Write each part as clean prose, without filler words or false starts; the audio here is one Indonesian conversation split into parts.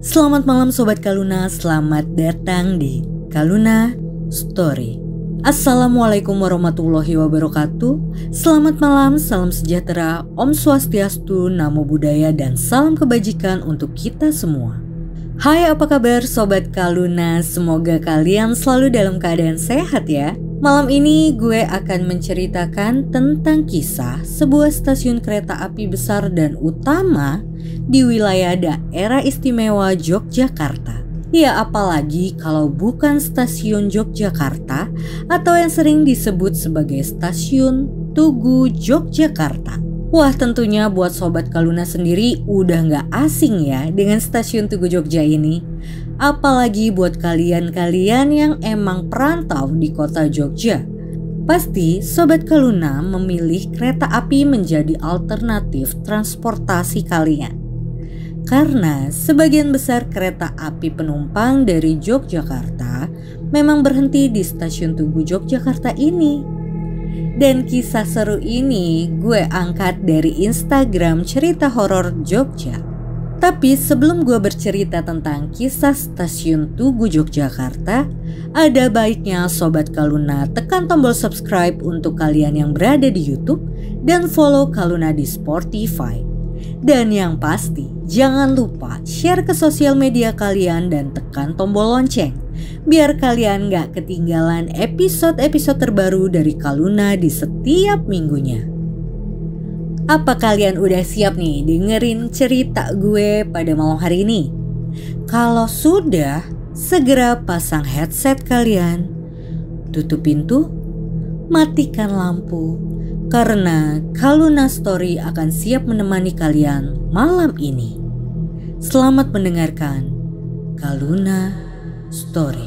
Selamat malam Sobat Kaluna, selamat datang di Kaluna Story. Assalamualaikum warahmatullahi wabarakatuh. Selamat malam, salam sejahtera, Om Swastiastu, Namo Buddhaya, dan salam kebajikan untuk kita semua. Hai, apa kabar Sobat Kaluna? Semoga kalian selalu dalam keadaan sehat ya. Malam ini gue akan menceritakan tentang kisah sebuah stasiun kereta api besar dan utama di wilayah daerah istimewa Yogyakarta. Ya, apalagi kalau bukan stasiun Yogyakarta atau yang sering disebut sebagai stasiun Tugu Yogyakarta. Wah, tentunya buat Sobat Kaluna sendiri udah gak asing ya dengan stasiun Tugu Jogja ini. Apalagi buat kalian-kalian yang emang perantau di kota Jogja. Pasti Sobat Kaluna memilih kereta api menjadi alternatif transportasi kalian. Karena sebagian besar kereta api penumpang dari Yogyakarta memang berhenti di stasiun Tugu Yogyakarta ini. Dan kisah seru ini gue angkat dari Instagram Cerita Horor Jogja. Tapi sebelum gue bercerita tentang kisah stasiun Tugu Yogyakarta, ada baiknya Sobat Kaluna tekan tombol subscribe untuk kalian yang berada di YouTube dan follow Kaluna di Spotify. Dan yang pasti, jangan lupa share ke sosial media kalian dan tekan tombol lonceng, biar kalian gak ketinggalan episode-episode terbaru dari Kaluna di setiap minggunya. Apa kalian udah siap nih dengerin cerita gue pada malam hari ini? Kalau sudah, segera pasang headset kalian, tutup pintu, matikan lampu, karena Kaluna Story akan siap menemani kalian malam ini. Selamat mendengarkan Kaluna Story.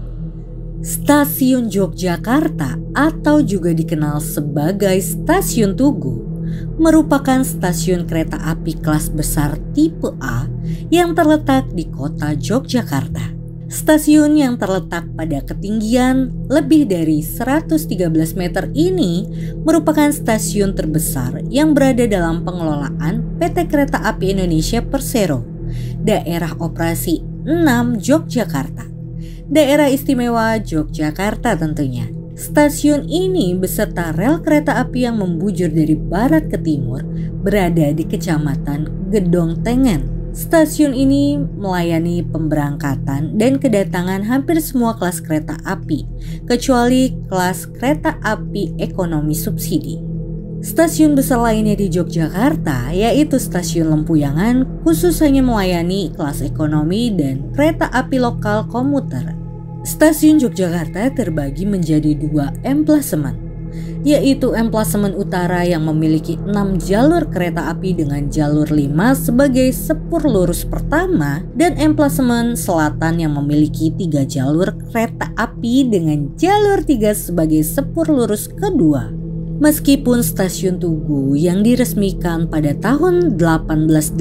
Stasiun Yogyakarta atau juga dikenal sebagai Stasiun Tugu merupakan stasiun kereta api kelas besar tipe A yang terletak di kota Yogyakarta. Stasiun yang terletak pada ketinggian lebih dari 113 meter ini merupakan stasiun terbesar yang berada dalam pengelolaan PT Kereta Api Indonesia Persero, Daerah Operasi 6 Yogyakarta, Daerah Istimewa Yogyakarta tentunya. Stasiun ini beserta rel kereta api yang membujur dari barat ke timur berada di Kecamatan Gedong Tengen. Stasiun ini melayani pemberangkatan dan kedatangan hampir semua kelas kereta api, kecuali kelas kereta api ekonomi subsidi. Stasiun besar lainnya di Yogyakarta yaitu Stasiun Lempuyangan, khusus hanya melayani kelas ekonomi dan kereta api lokal komuter. Stasiun Yogyakarta terbagi menjadi dua emplasemen, yaitu emplasemen utara yang memiliki 6 jalur kereta api dengan jalur 5 sebagai sepur lurus pertama dan emplasemen selatan yang memiliki 3 jalur kereta api dengan jalur 3 sebagai sepur lurus kedua. Meskipun Stasiun Tugu yang diresmikan pada tahun 1887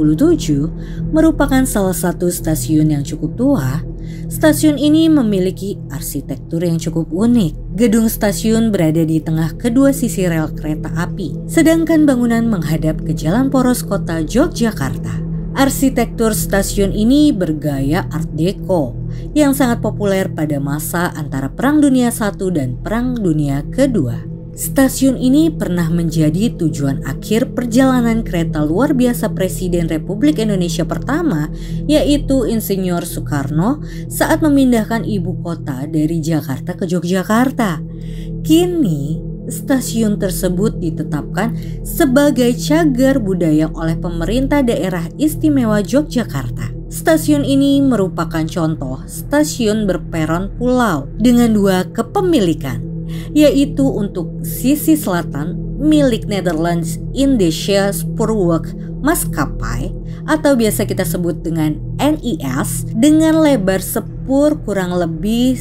merupakan salah satu stasiun yang cukup tua, stasiun ini memiliki arsitektur yang cukup unik. Gedung stasiun berada di tengah kedua sisi rel kereta api, sedangkan bangunan menghadap ke jalan poros kota Yogyakarta. Arsitektur stasiun ini bergaya Art Deco yang sangat populer pada masa antara Perang Dunia I dan Perang Dunia II. Stasiun ini pernah menjadi tujuan akhir perjalanan kereta luar biasa Presiden Republik Indonesia pertama, yaitu Insinyur Soekarno saat memindahkan ibu kota dari Jakarta ke Yogyakarta. Kini, stasiun tersebut ditetapkan sebagai cagar budaya oleh pemerintah daerah istimewa Yogyakarta. Stasiun ini merupakan contoh stasiun berperon pulau dengan 2 kepemilikan, yaitu untuk sisi selatan milik Netherlands Indonesia Spoorwerk Maskapai atau biasa kita sebut dengan NIS dengan lebar sepur kurang lebih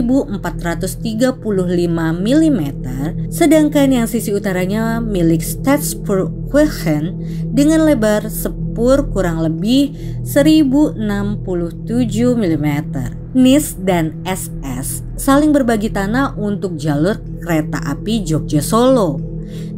1435 mm, sedangkan yang sisi utaranya milik Staatspoorwegen dengan lebar sepur kurang lebih 1067 mm. NIS dan SS saling berbagi tanah untuk jalur kereta api Jogja Solo.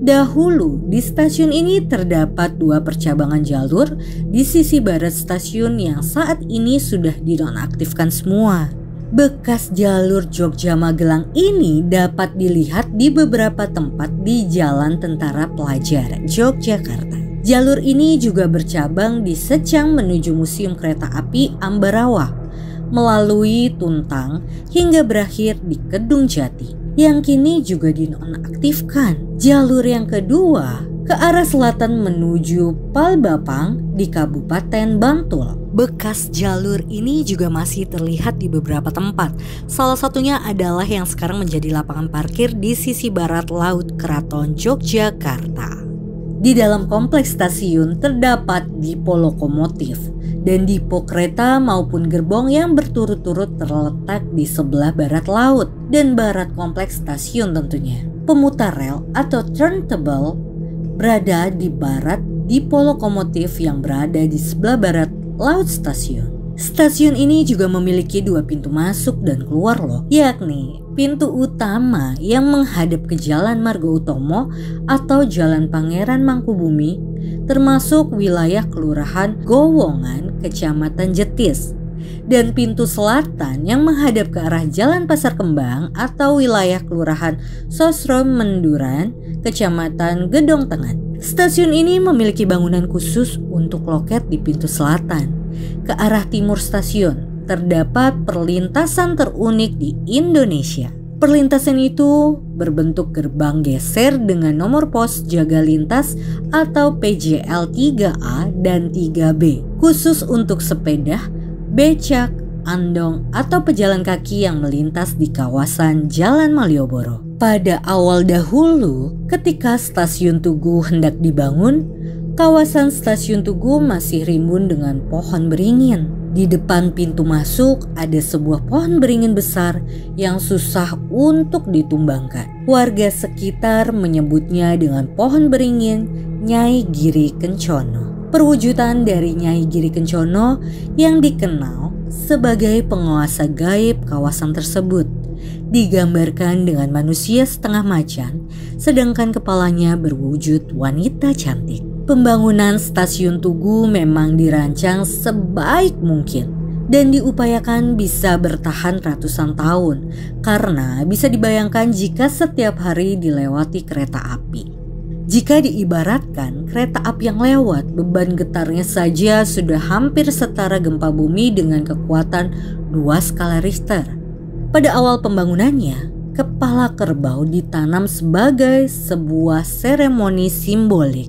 Dahulu di stasiun ini terdapat 2 percabangan jalur di sisi barat stasiun yang saat ini sudah dinonaktifkan semua. Bekas jalur Jogja Magelang ini dapat dilihat di beberapa tempat di Jalan Tentara Pelajar, Yogyakarta. Jalur ini juga bercabang di Secang menuju Museum Kereta Api Ambarawa, melalui Tuntang hingga berakhir di Kedung Jati, yang kini juga dinonaktifkan. Jalur yang kedua ke arah selatan menuju Palbapang di Kabupaten Bantul. Bekas jalur ini juga masih terlihat di beberapa tempat. Salah satunya adalah yang sekarang menjadi lapangan parkir di sisi barat Laut Keraton Yogyakarta. Di dalam kompleks stasiun terdapat dipo lokomotif dan dipo kereta maupun gerbong yang berturut-turut terletak di sebelah barat laut dan barat kompleks stasiun tentunya. Pemutar rel atau turntable berada di barat dipo lokomotif yang berada di sebelah barat laut stasiun. Stasiun ini juga memiliki 2 pintu masuk dan keluar loh, yakni pintu utama yang menghadap ke Jalan Margo Utomo atau Jalan Pangeran Mangkubumi, termasuk wilayah Kelurahan Gowongan, Kecamatan Jetis, dan pintu selatan yang menghadap ke arah Jalan Pasar Kembang atau wilayah Kelurahan Sosro Menduran, Kecamatan Gedong Tengat. Stasiun ini memiliki bangunan khusus untuk loket di pintu selatan. Ke arah timur stasiun terdapat perlintasan terunik di Indonesia. Perlintasan itu berbentuk gerbang geser dengan nomor pos jaga lintas atau PJL 3A dan 3B, khusus untuk sepeda, becak, andong atau pejalan kaki yang melintas di kawasan Jalan Malioboro. Pada awal dahulu, ketika Stasiun Tugu hendak dibangun, kawasan Stasiun Tugu masih rimbun dengan pohon beringin. Di depan pintu masuk ada sebuah pohon beringin besar yang susah untuk ditumbangkan. Warga sekitar menyebutnya dengan pohon beringin Nyai Giri Kencono. Perwujudan dari Nyai Giri Kencono yang dikenal sebagai penguasa gaib kawasan tersebut digambarkan dengan manusia setengah macan, sedangkan kepalanya berwujud wanita cantik. Pembangunan Stasiun Tugu memang dirancang sebaik mungkin dan diupayakan bisa bertahan ratusan tahun, karena bisa dibayangkan jika setiap hari dilewati kereta api. Jika diibaratkan kereta api yang lewat, beban getarnya saja sudah hampir setara gempa bumi dengan kekuatan 2 skala Richter. Pada awal pembangunannya, kepala kerbau ditanam sebagai sebuah seremoni simbolik.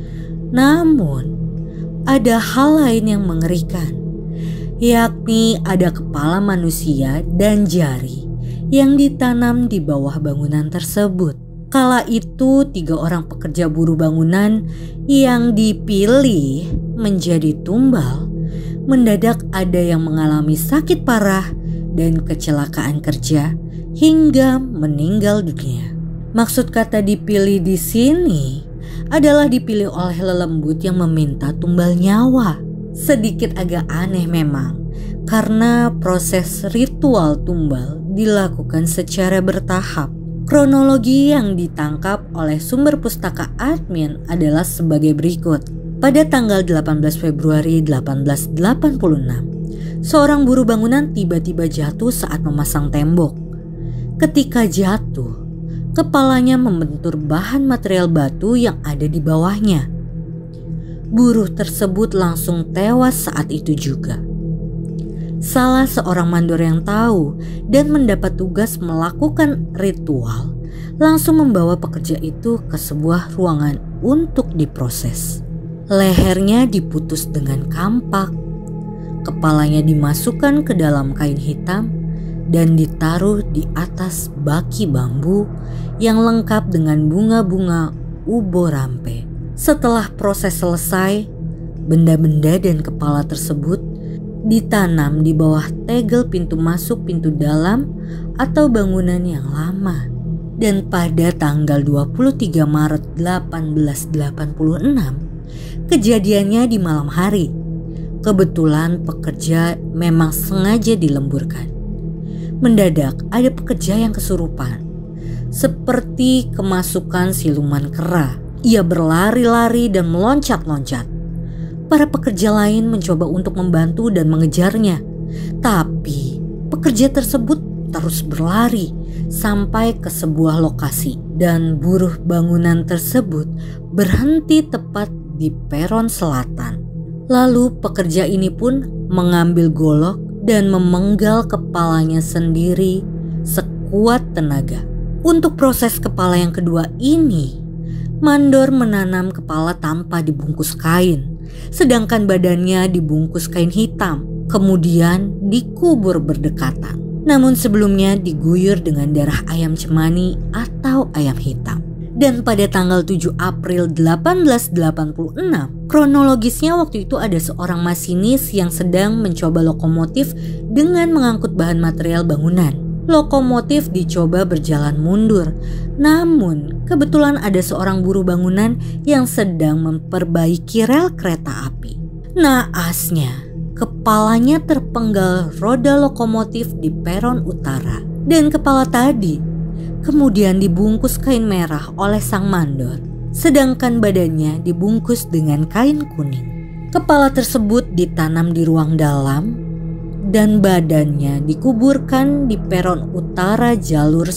Namun, ada hal lain yang mengerikan, yakni ada kepala manusia dan jari yang ditanam di bawah bangunan tersebut. Kala itu 3 orang pekerja buruh bangunan yang dipilih menjadi tumbal, mendadak ada yang mengalami sakit parah dan kecelakaan kerja hingga meninggal dunia. Maksud kata dipilih di sini adalah dipilih oleh lelembut yang meminta tumbal nyawa. Sedikit agak aneh memang, karena proses ritual tumbal dilakukan secara bertahap. Kronologi yang ditangkap oleh sumber pustaka admin adalah sebagai berikut. Pada tanggal 18 Februari 1886, seorang buruh bangunan tiba-tiba jatuh saat memasang tembok. Ketika jatuh, kepalanya membentur bahan material batu yang ada di bawahnya. Buruh tersebut langsung tewas saat itu juga. Salah seorang mandor yang tahu dan mendapat tugas melakukan ritual langsung membawa pekerja itu ke sebuah ruangan untuk diproses. Lehernya diputus dengan kampak, kepalanya dimasukkan ke dalam kain hitam dan ditaruh di atas baki bambu yang lengkap dengan bunga-bunga ubo rampe. Setelah proses selesai, benda-benda dan kepala tersebut ditanam di bawah tegel pintu masuk pintu dalam atau bangunan yang lama. Dan pada tanggal 23 Maret 1886, kejadiannya di malam hari. Kebetulan pekerja memang sengaja dilemburkan. Mendadak ada pekerja yang kesurupan. seperti kemasukan siluman kera. Ia berlari-lari dan meloncat-loncat. Para pekerja lain mencoba untuk membantu dan mengejarnya. Tapi pekerja tersebut terus berlari sampai ke sebuah lokasi dan buruh bangunan tersebut berhenti tepat di peron selatan. Lalu pekerja ini pun mengambil golok dan memenggal kepalanya sendiri sekuat tenaga. Untuk proses kepala yang kedua ini, mandor menanam kepala tanpa dibungkus kain, sedangkan badannya dibungkus kain hitam, kemudian dikubur berdekatan. Namun sebelumnya diguyur dengan darah ayam cemani atau ayam hitam. Dan pada tanggal 7 April 1886, kronologisnya waktu itu ada seorang masinis yang sedang mencoba lokomotif dengan mengangkut bahan material bangunan. Lokomotif dicoba berjalan mundur, namun kebetulan ada seorang buruh bangunan yang sedang memperbaiki rel kereta api. Naasnya, kepalanya terpenggal roda lokomotif di peron utara, dan kepala tadi kemudian dibungkus kain merah oleh sang mandor, sedangkan badannya dibungkus dengan kain kuning. Kepala tersebut ditanam di ruang dalam dan badannya dikuburkan di peron utara jalur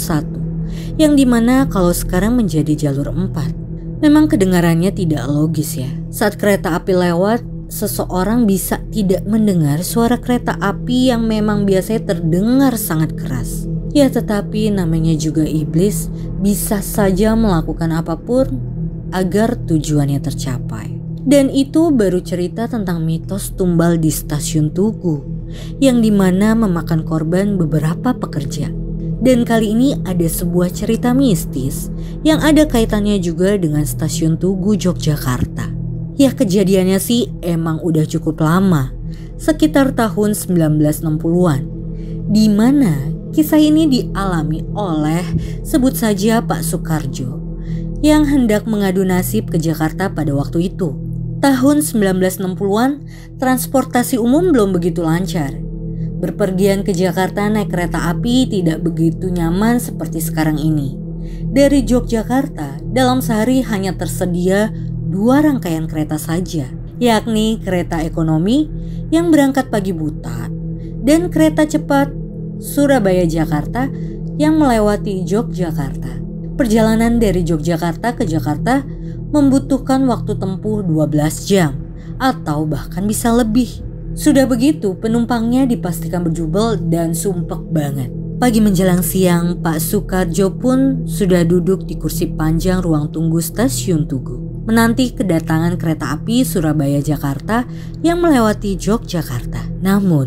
1, yang dimana kalau sekarang menjadi jalur 4. Memang kedengarannya tidak logis ya. Saat kereta api lewat, seseorang bisa tidak mendengar suara kereta api yang memang biasanya terdengar sangat keras. Ya tetapi namanya juga iblis, bisa saja melakukan apapun agar tujuannya tercapai. Dan itu baru cerita tentang mitos tumbal di stasiun Tugu, yang dimana memakan korban beberapa pekerja. Dan kali ini ada sebuah cerita mistis yang ada kaitannya juga dengan stasiun Tugu Yogyakarta. Ya kejadiannya sih emang udah cukup lama, sekitar tahun 1960-an, di mana kisah ini dialami oleh sebut saja Pak Soekardjo yang hendak mengadu nasib ke Jakarta pada waktu itu. Tahun 1960-an, transportasi umum belum begitu lancar. Berpergian ke Jakarta naik kereta api tidak begitu nyaman seperti sekarang ini. Dari Yogyakarta, dalam sehari hanya tersedia 2 rangkaian kereta saja, yakni kereta ekonomi yang berangkat pagi buta dan kereta cepat Surabaya-Jakarta yang melewati Yogyakarta. Perjalanan dari Yogyakarta ke Jakarta membutuhkan waktu tempuh 12 jam atau bahkan bisa lebih. Sudah begitu penumpangnya dipastikan berjubel dan sumpek banget. Pagi menjelang siang, Pak Soekardjo pun sudah duduk di kursi panjang ruang tunggu stasiun Tugu, menanti kedatangan kereta api Surabaya-Jakarta yang melewati Yogyakarta. Namun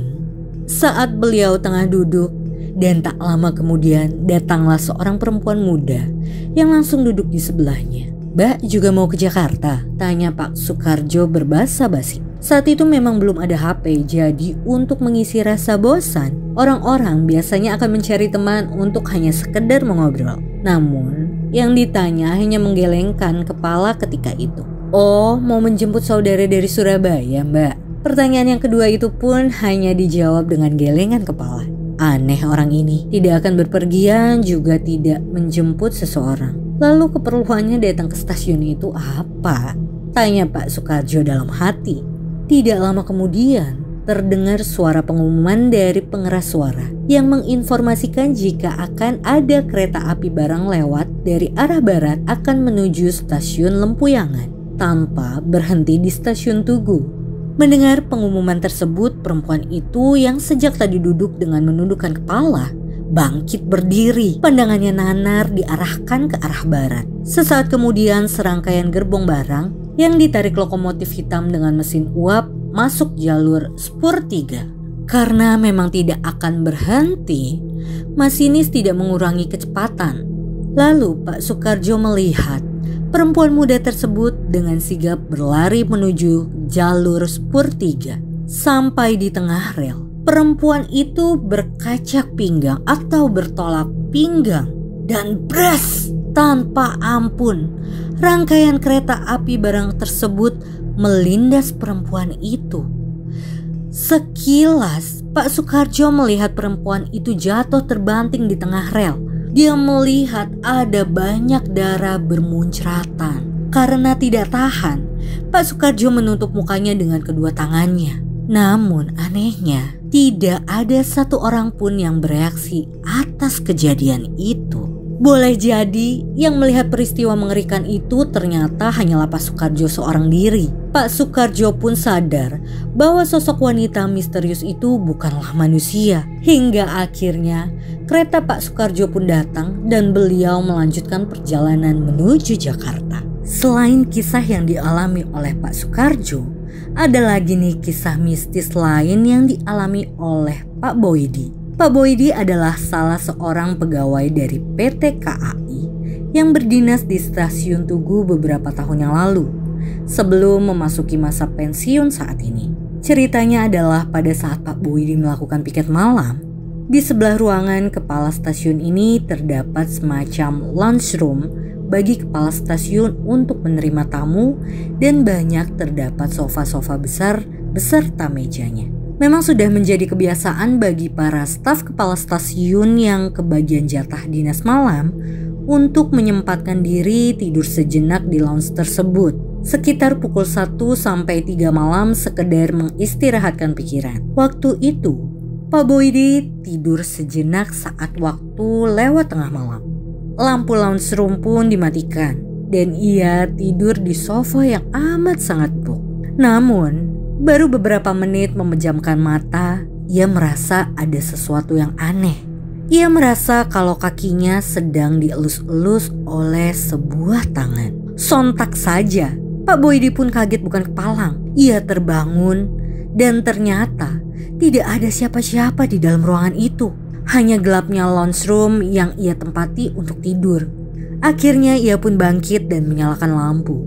saat beliau tengah duduk dan tak lama kemudian datanglah seorang perempuan muda yang langsung duduk di sebelahnya. "Mbak juga mau ke Jakarta?" tanya Pak Soekardjo berbahasa basi. Saat itu memang belum ada HP, jadi untuk mengisi rasa bosan, orang-orang biasanya akan mencari teman untuk hanya sekedar mengobrol. Namun yang ditanya hanya menggelengkan kepala ketika itu. "Oh, mau menjemput saudara dari Surabaya, Mbak?" Pertanyaan yang kedua itu pun hanya dijawab dengan gelengan kepala. Aneh orang ini, tidak akan berpergian juga tidak menjemput seseorang. Lalu keperluannya datang ke stasiun itu apa? Tanya Pak Soekardjo dalam hati. Tidak lama kemudian terdengar suara pengumuman dari pengeras suara yang menginformasikan jika akan ada kereta api barang lewat dari arah barat akan menuju stasiun Lempuyangan tanpa berhenti di stasiun Tugu. Mendengar pengumuman tersebut, perempuan itu yang sejak tadi duduk dengan menundukkan kepala bangkit berdiri. Pandangannya nanar diarahkan ke arah barat. Sesaat kemudian serangkaian gerbong barang yang ditarik lokomotif hitam dengan mesin uap masuk jalur spur 3. Karena memang tidak akan berhenti, masinis tidak mengurangi kecepatan. Lalu Pak Soekardjo melihat perempuan muda tersebut dengan sigap berlari menuju jalur spur 3. Sampai di tengah rel, perempuan itu berkacak pinggang atau bertolak pinggang dan bras tanpa ampun. Rangkaian kereta api barang tersebut melindas perempuan itu. Sekilas Pak Soekardjo melihat perempuan itu jatuh terbanting di tengah rel. dia melihat ada banyak darah bermuncratan. Karena tidak tahan, Pak Soekardjo menutup mukanya dengan kedua tangannya. Namun anehnya, tidak ada satu orang pun yang bereaksi atas kejadian itu. Boleh jadi yang melihat peristiwa mengerikan itu ternyata hanyalah Pak Soekardjo seorang diri. Pak Soekardjo pun sadar bahwa sosok wanita misterius itu bukanlah manusia. Hingga akhirnya kereta Pak Soekardjo pun datang dan beliau melanjutkan perjalanan menuju Jakarta. Selain kisah yang dialami oleh Pak Soekardjo, ada lagi nih kisah mistis lain yang dialami oleh Pak Boydi. Pak Boydi adalah salah seorang pegawai dari PT KAI yang berdinas di Stasiun Tugu beberapa tahun yang lalu sebelum memasuki masa pensiun saat ini. Ceritanya adalah pada saat Pak Boydi melakukan piket malam, di sebelah ruangan kepala stasiun ini terdapat semacam lunchroom bagi kepala stasiun untuk menerima tamu dan banyak terdapat sofa-sofa besar beserta mejanya. Memang sudah menjadi kebiasaan bagi para staf kepala stasiun yang kebagian jatah dinas malam untuk menyempatkan diri tidur sejenak di lounge tersebut. Sekitar pukul 1 sampai 3 malam sekedar mengistirahatkan pikiran. Waktu itu, Pak Boydi tidur sejenak saat waktu lewat tengah malam. Lampu lounge room pun dimatikan dan ia tidur di sofa yang amat sangat empuk. Namun, baru beberapa menit memejamkan mata, ia merasa ada sesuatu yang aneh. Ia merasa kalau kakinya sedang dielus-elus oleh sebuah tangan. Sontak saja, Pak Boydi pun kaget bukan kepalang. Ia terbangun dan ternyata tidak ada siapa-siapa di dalam ruangan itu. Hanya gelapnya lounge room yang ia tempati untuk tidur. Akhirnya ia pun bangkit dan menyalakan lampu.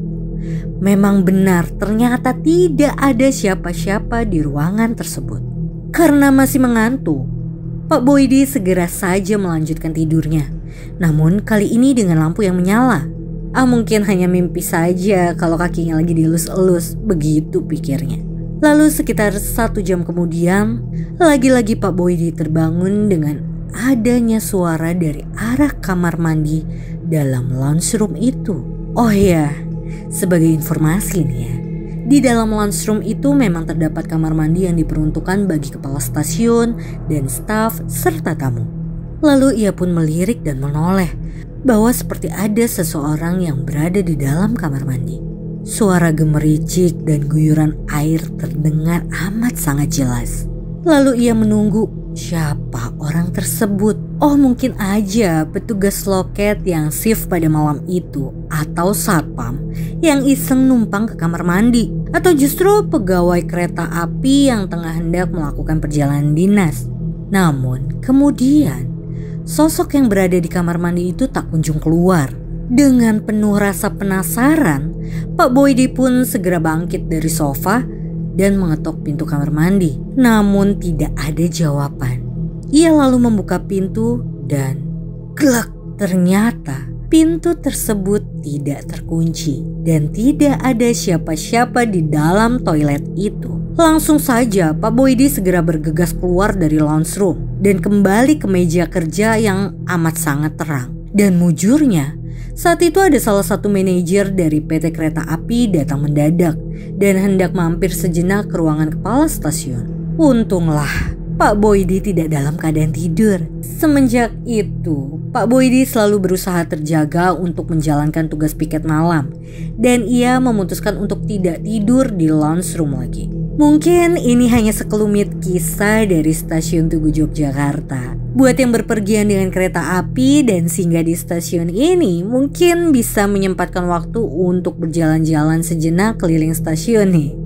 Memang benar, ternyata tidak ada siapa-siapa di ruangan tersebut. Karena masih mengantuk, Pak Boydi segera saja melanjutkan tidurnya. Namun kali ini dengan lampu yang menyala. Mungkin hanya mimpi saja kalau kakinya lagi dielus-elus, begitu pikirnya. Lalu sekitar 1 jam kemudian, lagi-lagi Pak Boydi terbangun dengan adanya suara dari arah kamar mandi dalam lounge room itu. Oh ya, sebagai informasi nih ya, di dalam lounge room itu memang terdapat kamar mandi yang diperuntukkan bagi kepala stasiun dan staf serta tamu. Lalu ia pun melirik dan menoleh bahwa seperti ada seseorang yang berada di dalam kamar mandi. Suara gemericik dan guyuran air terdengar amat sangat jelas. Lalu ia menunggu siapa orang tersebut. Oh, mungkin aja petugas loket yang shift pada malam itu, atau satpam yang iseng numpang ke kamar mandi, atau justru pegawai kereta api yang tengah hendak melakukan perjalanan dinas. Namun kemudian sosok yang berada di kamar mandi itu tak kunjung keluar. Dengan penuh rasa penasaran, Pak Boydi pun segera bangkit dari sofa dan mengetok pintu kamar mandi. Namun tidak ada jawaban. Ia lalu membuka pintu dan glek, ternyata pintu tersebut tidak terkunci dan tidak ada siapa-siapa di dalam toilet itu. Langsung saja Pak Boydi segera bergegas keluar dari lounge room dan kembali ke meja kerja yang amat sangat terang. Dan mujurnya, saat itu ada salah satu manajer dari PT Kereta Api datang mendadak dan hendak mampir sejenak ke ruangan kepala stasiun. Untunglah Pak Boydi tidak dalam keadaan tidur. Semenjak itu, Pak Boydi selalu berusaha terjaga untuk menjalankan tugas piket malam dan ia memutuskan untuk tidak tidur di lounge room lagi. Mungkin ini hanya sekelumit kisah dari Stasiun Tugu Yogyakarta. Buat yang berpergian dengan kereta api dan singgah di stasiun ini, mungkin bisa menyempatkan waktu untuk berjalan-jalan sejenak keliling stasiun nih.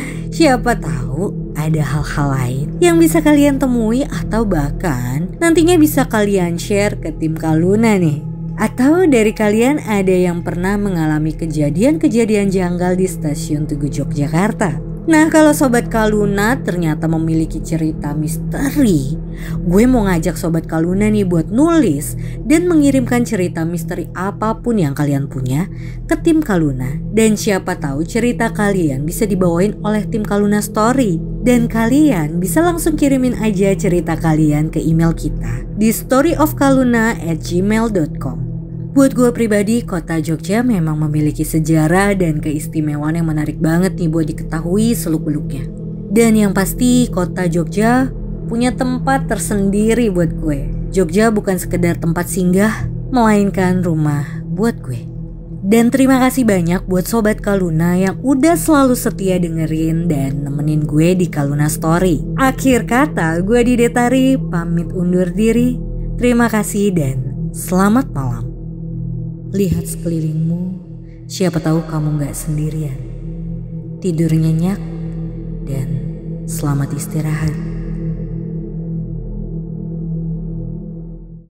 Siapa tahu ada hal-hal lain yang bisa kalian temui atau bahkan nantinya bisa kalian share ke tim Kaluna nih. Atau dari kalian ada yang pernah mengalami kejadian-kejadian janggal di Stasiun Tugu Yogyakarta? Nah, kalau Sobat Kaluna ternyata memiliki cerita misteri, gue mau ngajak Sobat Kaluna nih buat nulis dan mengirimkan cerita misteri apapun yang kalian punya ke tim Kaluna. Dan siapa tahu cerita kalian bisa dibawain oleh tim Kaluna Story. Dan kalian bisa langsung kirimin aja cerita kalian ke email kita di storyofkaluna@gmail.com. Buat gue pribadi, kota Jogja memang memiliki sejarah dan keistimewaan yang menarik banget nih buat diketahui seluk-beluknya. Dan yang pasti kota Jogja punya tempat tersendiri buat gue. Jogja bukan sekedar tempat singgah, melainkan rumah buat gue. Dan terima kasih banyak buat Sobat Kaluna yang udah selalu setia dengerin dan nemenin gue di Kaluna Story. Akhir kata, gue Didetari pamit undur diri. Terima kasih dan selamat malam. Lihat sekelilingmu, siapa tahu kamu gak sendirian. Tidur nyenyak dan selamat istirahat.